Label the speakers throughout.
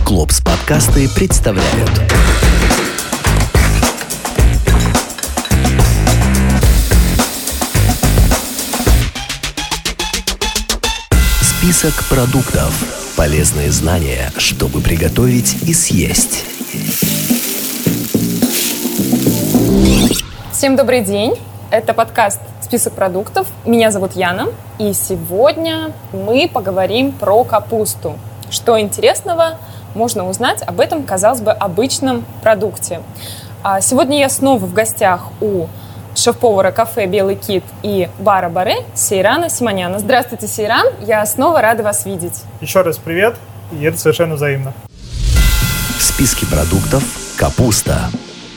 Speaker 1: Клопс подкасты представляют. Список продуктов. Полезные знания, чтобы приготовить и съесть.
Speaker 2: Всем добрый день. Это подкаст «Список продуктов». Меня зовут Яна. И сегодня мы поговорим про капусту. Что интересного можно узнать об этом, казалось бы, обычном продукте. Сегодня я снова в гостях у шеф-повара кафе «Белый кит» и бара «Баре» Сейрана Симоняна. Здравствуйте, Сейран. Я снова рада вас видеть.
Speaker 3: Еще раз привет, и это совершенно взаимно.
Speaker 1: В списке продуктов капуста.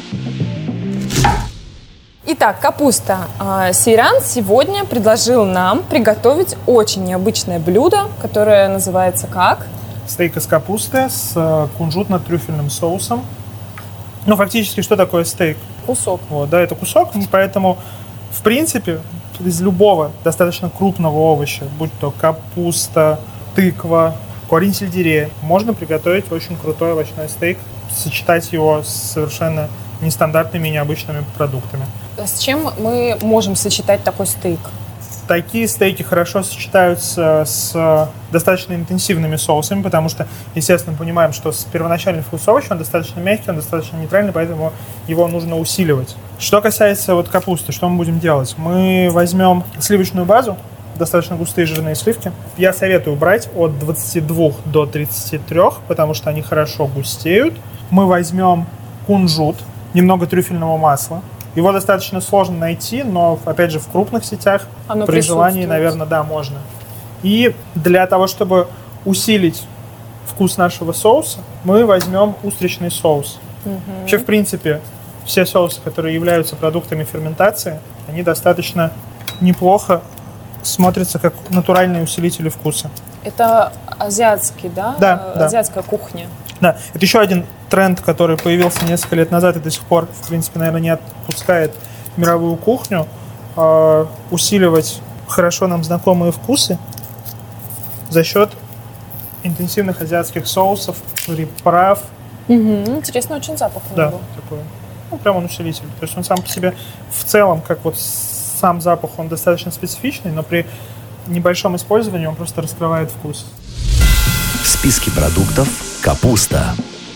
Speaker 2: Итак, капуста. Сейран сегодня предложил нам приготовить очень необычное блюдо, которое называется как?
Speaker 3: Стейк из капусты с кунжутно-трюфельным соусом. Ну, фактически, что такое стейк?
Speaker 2: Кусок.
Speaker 3: Вот, да, это кусок, поэтому, в принципе, из любого достаточно крупного овоща, будь то капуста, тыква, корень сельдерея, можно приготовить очень крутой овощной стейк, сочетать его с совершенно нестандартными и необычными продуктами.
Speaker 2: С чем мы можем сочетать такой стейк?
Speaker 3: Такие стейки хорошо сочетаются с достаточно интенсивными соусами, потому что, естественно, понимаем, что первоначальный вкус овоща, он достаточно мягкий, он достаточно нейтральный, поэтому его нужно усиливать. Что касается вот капусты, что мы будем делать? Мы возьмем сливочную базу, достаточно густые жирные сливки. Я советую брать от 22 до 33, потому что они хорошо густеют. Мы возьмем кунжут, немного трюфельного масла. Его достаточно сложно найти, но, опять же, в крупных сетях
Speaker 2: оно
Speaker 3: при желании, наверное, да, можно. И для того, чтобы усилить вкус нашего соуса, мы возьмем устричный соус. Вообще, в принципе, все соусы, которые являются продуктами ферментации, они достаточно неплохо смотрятся как натуральные усилители вкуса.
Speaker 2: Это азиатский, да?
Speaker 3: Да.
Speaker 2: Азиатская кухня.
Speaker 3: Да, это еще один тренд, который появился несколько лет назад и до сих пор, в принципе, наверное, не отпускает мировую кухню. Усиливать хорошо нам знакомые вкусы за счет интенсивных азиатских соусов, приправ.
Speaker 2: Интересно, очень запах у него.
Speaker 3: Да, такой. Ну, прям он усилитель. То есть он сам по себе в целом, как вот сам запах, он достаточно специфичный, но при небольшом использовании он просто раскрывает вкус.
Speaker 1: В списке продуктов капуста.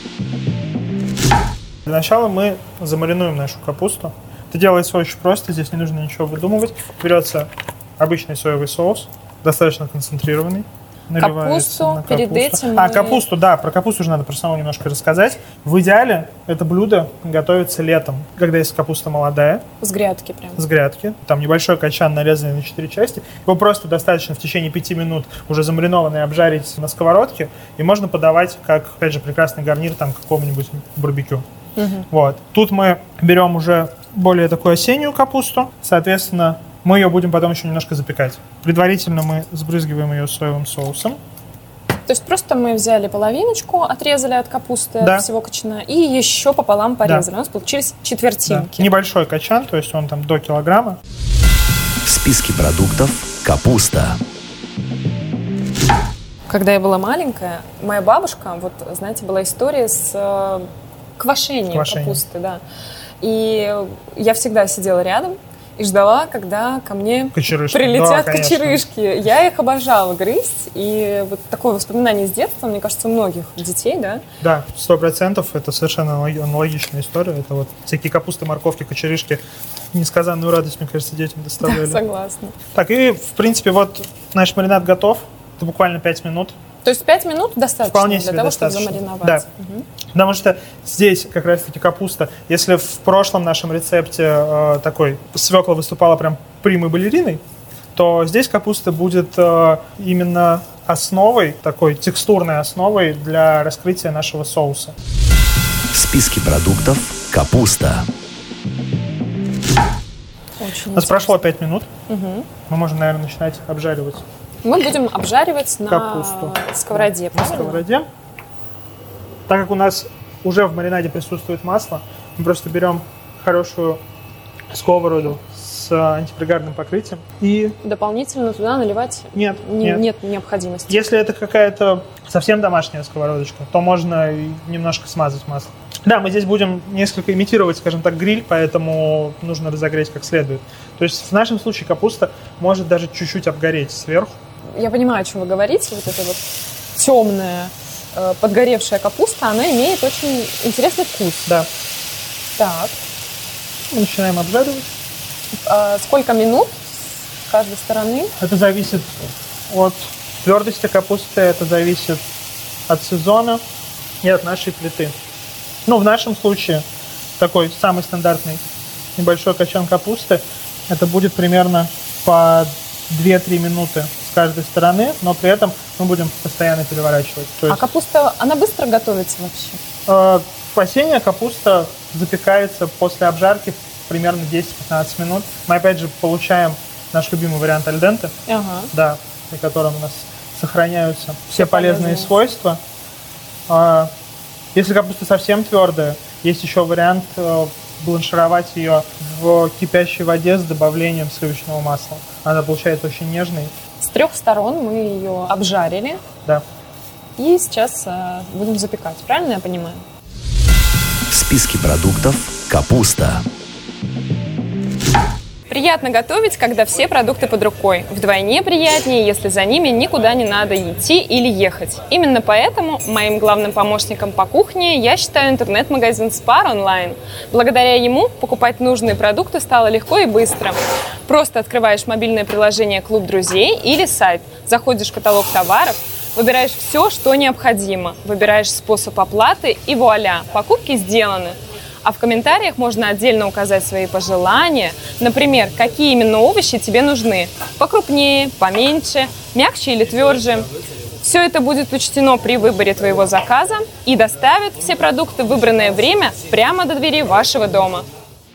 Speaker 3: Для начала мы замаринуем нашу капусту. Это делается очень просто, здесь не нужно ничего выдумывать. Берется обычный соевый соус, достаточно концентрированный.
Speaker 2: Капусту, перед этим
Speaker 3: капусту, да, про капусту уже надо про саму немножко рассказать. В идеале это блюдо готовится летом, когда есть капуста молодая.
Speaker 2: С грядки прям.
Speaker 3: С грядки. Там небольшой качан, нарезанный на 4 части. Его просто достаточно в течение 5 минут уже замаринованный обжарить на сковородке. И можно подавать как, опять же, прекрасный гарнир там, к какому-нибудь барбекю. Вот. Тут мы берем уже более такую осеннюю капусту. Соответственно, мы ее будем потом еще немножко запекать. Предварительно мы сбрызгиваем ее соевым соусом.
Speaker 2: То есть просто мы взяли половиночку, отрезали от капусты,
Speaker 3: да,
Speaker 2: от всего кочана, и еще пополам порезали.
Speaker 3: Да.
Speaker 2: У нас получились четвертинки.
Speaker 3: Да. Небольшой качан, то есть он там до килограмма.
Speaker 1: В списке продуктов капуста.
Speaker 2: Когда я была маленькая, моя бабушка, вот, знаете, была история с квашением капусты, да. И я всегда сидела рядом и ждала, когда ко мне прилетят кочерышки. Я их обожала грызть. И вот такое воспоминание с детства, мне кажется, у многих детей, да?
Speaker 3: Да, 100%. Это совершенно аналогичная история. Это вот всякие капусты, морковки, кочерышки. Несказанную радость, мне кажется, детям доставляли.
Speaker 2: Да, согласна.
Speaker 3: Так, и, в принципе, вот наш маринад готов. Это буквально 5 минут.
Speaker 2: То есть 5 минут достаточно
Speaker 3: вполне
Speaker 2: для того,
Speaker 3: достаточно,
Speaker 2: чтобы замариновать?
Speaker 3: Да. Потому что здесь как раз-таки капуста, если в прошлом нашем рецепте такой свекла выступала прям примой балериной, то здесь капуста будет именно основой, такой текстурной основой для раскрытия нашего соуса.
Speaker 1: В списке продуктов капуста.
Speaker 2: Очень
Speaker 3: У нас прошло 5 минут. Мы можем, наверное, начинать обжаривать.
Speaker 2: Мы будем обжаривать на
Speaker 3: капусту
Speaker 2: сковороде, правильно?
Speaker 3: На сковороде. Так как у нас уже в маринаде присутствует масло, мы просто берем хорошую сковороду с с антипригарным покрытием. И
Speaker 2: Дополнительно туда наливать
Speaker 3: нет.
Speaker 2: нет необходимости.
Speaker 3: Если это какая-то совсем домашняя сковородочка, то можно немножко смазать масло. Да, мы здесь будем несколько имитировать, скажем так, гриль, поэтому нужно разогреть как следует. То есть в нашем случае капуста может даже чуть-чуть обгореть сверху.
Speaker 2: Я понимаю, о чем вы говорите. Вот эта вот темная подгоревшая капуста, она имеет очень интересный вкус.
Speaker 3: Да.
Speaker 2: Так.
Speaker 3: Мы начинаем обжаривать.
Speaker 2: Сколько минут с каждой стороны?
Speaker 3: Это зависит от твердости капусты, это зависит от сезона и от нашей плиты. Ну, в нашем случае такой самый стандартный небольшой качан капусты, это будет примерно по 2-3 минуты с каждой стороны, но при этом мы будем постоянно переворачивать. То есть,
Speaker 2: капуста, она быстро готовится вообще?
Speaker 3: осенняя капуста запекается после обжарки примерно 10-15 минут. Мы опять же получаем наш любимый вариант альденте, да, при котором у нас сохраняются все полезные свойства. Если капуста совсем твердая, есть еще вариант бланшировать ее в кипящей воде с добавлением сливочного масла. Она получается очень нежной.
Speaker 2: С 3 сторон мы ее обжарили.
Speaker 3: Да.
Speaker 2: И сейчас будем запекать. Правильно я понимаю?
Speaker 1: В списке продуктов капуста.
Speaker 2: Приятно готовить, когда все продукты под рукой. Вдвойне приятнее, если за ними никуда не надо идти или ехать. Именно поэтому моим главным помощником по кухне я считаю интернет-магазин Spar онлайн. Благодаря ему покупать нужные продукты стало легко и быстро. Просто открываешь мобильное приложение «Клуб друзей» или сайт, заходишь в каталог товаров, выбираешь все, что необходимо, выбираешь способ оплаты и вуаля, покупки сделаны. А в комментариях можно отдельно указать свои пожелания, например, какие именно овощи тебе нужны. Покрупнее, поменьше, мягче или тверже. Все это будет учтено при выборе твоего заказа и доставят все продукты в выбранное время прямо до двери вашего дома.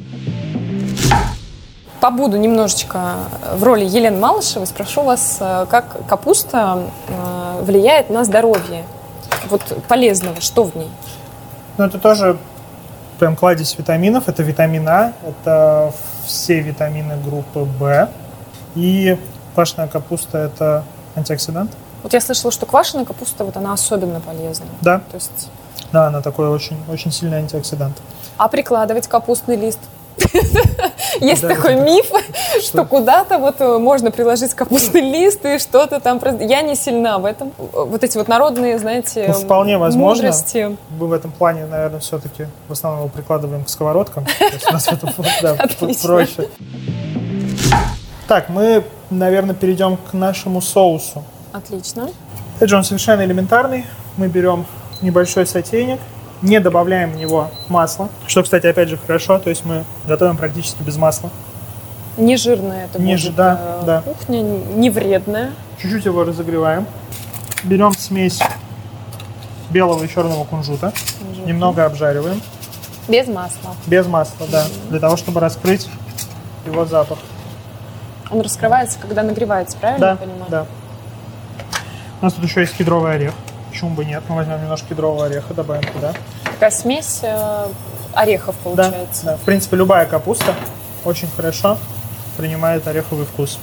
Speaker 2: Побуду немножечко в роли Елены Малышевой. Спрошу вас, как капуста влияет на здоровье? Вот полезного, что в ней?
Speaker 3: Ну, это тоже прям кладезь витаминов. Это витамин А, это все витамины группы В. И квашеная капуста – это антиоксидант.
Speaker 2: Вот я слышала, что квашеная капуста, вот она особенно полезна.
Speaker 3: Да.
Speaker 2: То есть...
Speaker 3: Да, она такой очень, очень сильный антиоксидант.
Speaker 2: А прикладывать капустный лист? Есть такой миф, что куда-то вот можно приложить капустный лист и что-то там... Я не сильна в этом. Вот эти вот народные, знаете,
Speaker 3: вполне возможно.
Speaker 2: Мудрости.
Speaker 3: Мы в этом плане, наверное, все-таки в основном его прикладываем к сковородкам. То есть у нас это проще. Так, мы, наверное, перейдем к нашему соусу.
Speaker 2: Отлично.
Speaker 3: Опять же, он совершенно элементарный. Мы берем небольшой сотейник, не добавляем в него масло, что, кстати, опять же хорошо, то есть мы готовим практически без масла.
Speaker 2: Не жирная это будет
Speaker 3: да.
Speaker 2: кухня, не вредная.
Speaker 3: Чуть-чуть его разогреваем. Берем смесь белого и черного кунжута, немного обжариваем.
Speaker 2: Без масла.
Speaker 3: Без масла, да, для того, чтобы раскрыть его запах.
Speaker 2: Он раскрывается, когда нагревается, правильно я понимаю?
Speaker 3: Да. У нас тут еще есть кедровый орех. Почему бы нет? Мы возьмем немножко кедрового ореха, добавим туда.
Speaker 2: Такая смесь орехов получается.
Speaker 3: Да. В принципе, любая капуста очень хорошо принимает ореховый вкус.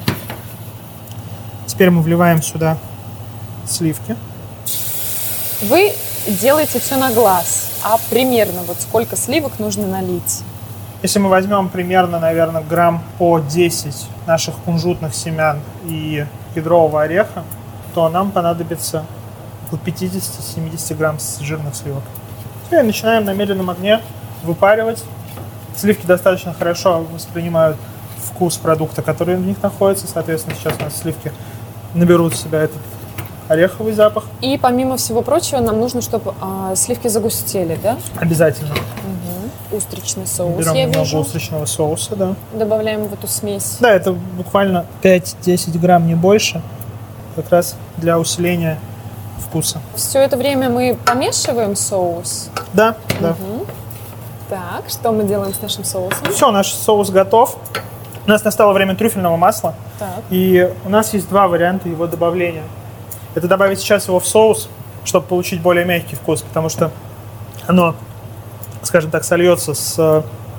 Speaker 3: Теперь мы вливаем сюда сливки.
Speaker 2: Вы делаете все на глаз, а примерно вот сколько сливок нужно налить?
Speaker 3: Если мы возьмем примерно, наверное, грамм по 10 наших кунжутных семян и кедрового ореха, то нам понадобится около 50-70 грамм жирных сливок. Теперь начинаем на медленном огне выпаривать. Сливки достаточно хорошо воспринимают вкус продукта, который в них находится. Соответственно, сейчас у нас сливки наберут в себя этот ореховый запах.
Speaker 2: И помимо всего прочего, нам нужно, чтобы сливки загустели, да?
Speaker 3: Обязательно.
Speaker 2: Устричный соус,
Speaker 3: Берем
Speaker 2: я
Speaker 3: немного
Speaker 2: вижу.
Speaker 3: устричного соуса, да.
Speaker 2: Добавляем в эту смесь.
Speaker 3: Да, это буквально 5-10 грамм, не больше. Как раз для усиления вкуса.
Speaker 2: Все это время мы помешиваем соус.
Speaker 3: Да.
Speaker 2: Так, что мы делаем с нашим соусом?
Speaker 3: Все, наш соус готов. У нас настало время трюфельного масла.
Speaker 2: Так.
Speaker 3: И у нас есть два варианта его добавления. Это добавить сейчас его в соус, чтобы получить более мягкий вкус, потому что оно, скажем так, сольется с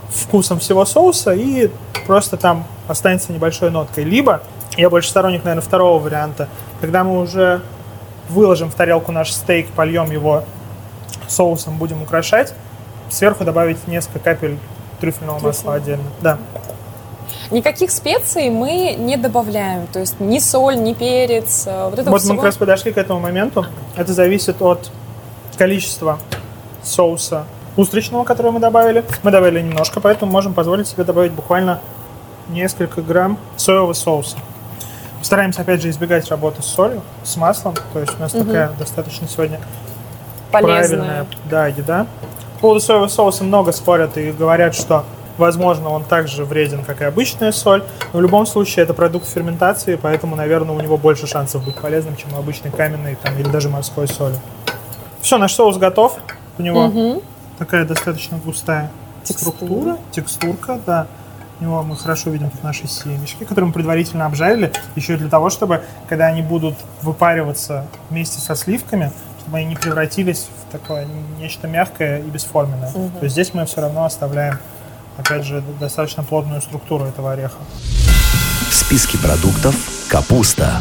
Speaker 3: вкусом всего соуса, и просто там останется небольшой ноткой. Либо, я больше сторонник, наверное, второго варианта, когда мы уже выложим в тарелку наш стейк, польем его соусом, будем украшать, сверху добавить несколько капель трюфельного масла отдельно. Да.
Speaker 2: Никаких специй мы не добавляем, то есть ни соль, ни перец. Вот
Speaker 3: мы как раз подошли к этому моменту. Это зависит от количества соуса устричного, который мы добавили. Мы добавили немножко, поэтому можем позволить себе добавить буквально несколько грамм соевого соуса. Стараемся, опять же, избегать работы с солью, с маслом. То есть у нас такая достаточно сегодня
Speaker 2: полезная
Speaker 3: правильная еда. По поводу соевого соуса много спорят и говорят, что, возможно, он так же вреден, как и обычная соль. Но в любом случае это продукт ферментации, поэтому, наверное, у него больше шансов быть полезным, чем у обычной каменной или даже морской соли. Все, наш соус готов. У него такая достаточно густая текстурка, да. У него мы хорошо видим тут наши семечки, которые мы предварительно обжарили, еще и для того, чтобы, когда они будут выпариваться вместе со сливками, чтобы они не превратились в такое нечто мягкое и бесформенное. То есть здесь мы все равно оставляем, опять же, достаточно плотную структуру этого ореха.
Speaker 1: В списке продуктов капуста.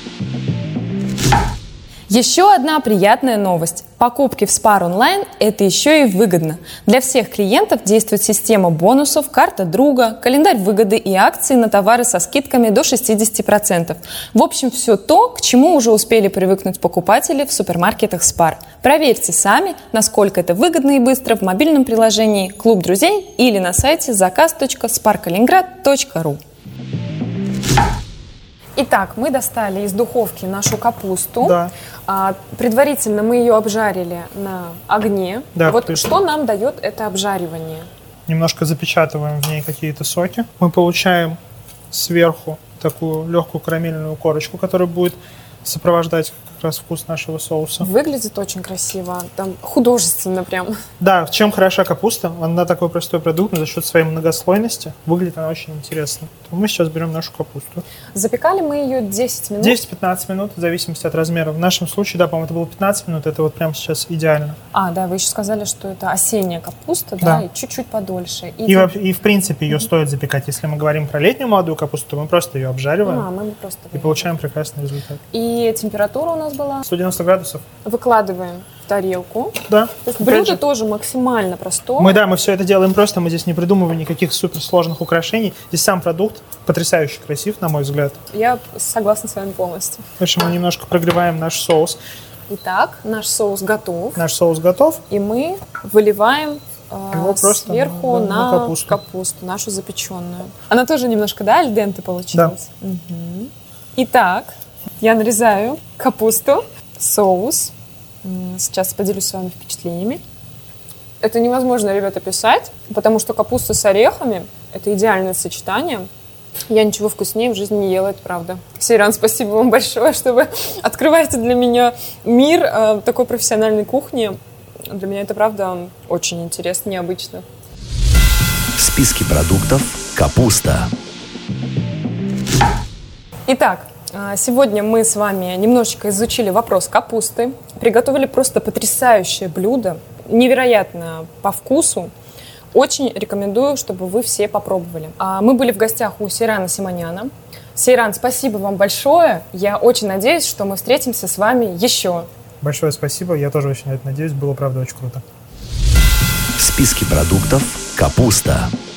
Speaker 2: Еще одна приятная новость. Покупки в Spar онлайн – это еще и выгодно. Для всех клиентов действует система бонусов, карта друга, календарь выгоды и акции на товары со скидками до 60%. В общем, все то, к чему уже успели привыкнуть покупатели в супермаркетах Spar. Проверьте сами, насколько это выгодно и быстро в мобильном приложении «Клуб друзей» или на сайте заказ.sparkaliningrad.ru. Итак, мы достали из духовки нашу капусту.
Speaker 3: Да.
Speaker 2: Предварительно мы ее обжарили на огне.
Speaker 3: Да,
Speaker 2: вот что нам дает это обжаривание?
Speaker 3: Немножко запечатываем в ней какие-то соки. Мы получаем сверху такую легкую карамельную корочку, которая будет сопровождать как раз вкус нашего соуса.
Speaker 2: Выглядит очень красиво, там художественно прям.
Speaker 3: Да, чем хороша капуста, она такой простой продукт, но за счет своей многослойности выглядит она очень интересно. Мы сейчас берем нашу капусту.
Speaker 2: Запекали мы ее 10 минут?
Speaker 3: 10-15 минут, в зависимости от размера. В нашем случае, да, по-моему, это было 15 минут, это вот прямо сейчас идеально.
Speaker 2: Да, вы еще сказали, что это осенняя капуста, да, и чуть-чуть подольше.
Speaker 3: И в принципе, ее стоит запекать. Если мы говорим про летнюю молодую капусту, то мы просто ее обжариваем и получаем прекрасный результат.
Speaker 2: И температура у нас была?
Speaker 3: 190 градусов.
Speaker 2: Выкладываем в тарелку.
Speaker 3: Да.
Speaker 2: То есть блюдо тоже максимально простое.
Speaker 3: Мы все это делаем просто, мы здесь не придумываем никаких суперсложных украшений. Здесь сам продукт потрясающе красив, на мой взгляд.
Speaker 2: Я согласна с вами полностью.
Speaker 3: Дальше мы немножко прогреваем наш соус.
Speaker 2: Итак, наш соус готов.
Speaker 3: Наш соус готов.
Speaker 2: И мы выливаем
Speaker 3: его
Speaker 2: сверху на капусту, нашу запеченную. Она тоже немножко, да, аль денте получилась? Да. Угу. Итак, я нарезаю капусту, соус. Сейчас поделюсь с вами впечатлениями. Это невозможно, ребята, описать, потому что капуста с орехами – это идеальное сочетание. Я ничего вкуснее в жизни не ела, это правда. Сейран, спасибо вам большое, что вы открываете для меня мир такой профессиональной кухни. Для меня это, правда, очень интересно, необычно.
Speaker 1: В списке продуктов капуста.
Speaker 2: Итак, сегодня мы с вами немножечко изучили вопрос капусты, приготовили просто потрясающее блюдо, невероятно по вкусу. Очень рекомендую, чтобы вы все попробовали. Мы были в гостях у Сейрана Симоняна. Сейран, спасибо вам большое. Я очень надеюсь, что мы встретимся с вами еще.
Speaker 3: Большое спасибо. Я тоже очень на это надеюсь. Было, правда, очень круто.
Speaker 1: В списке продуктов капуста.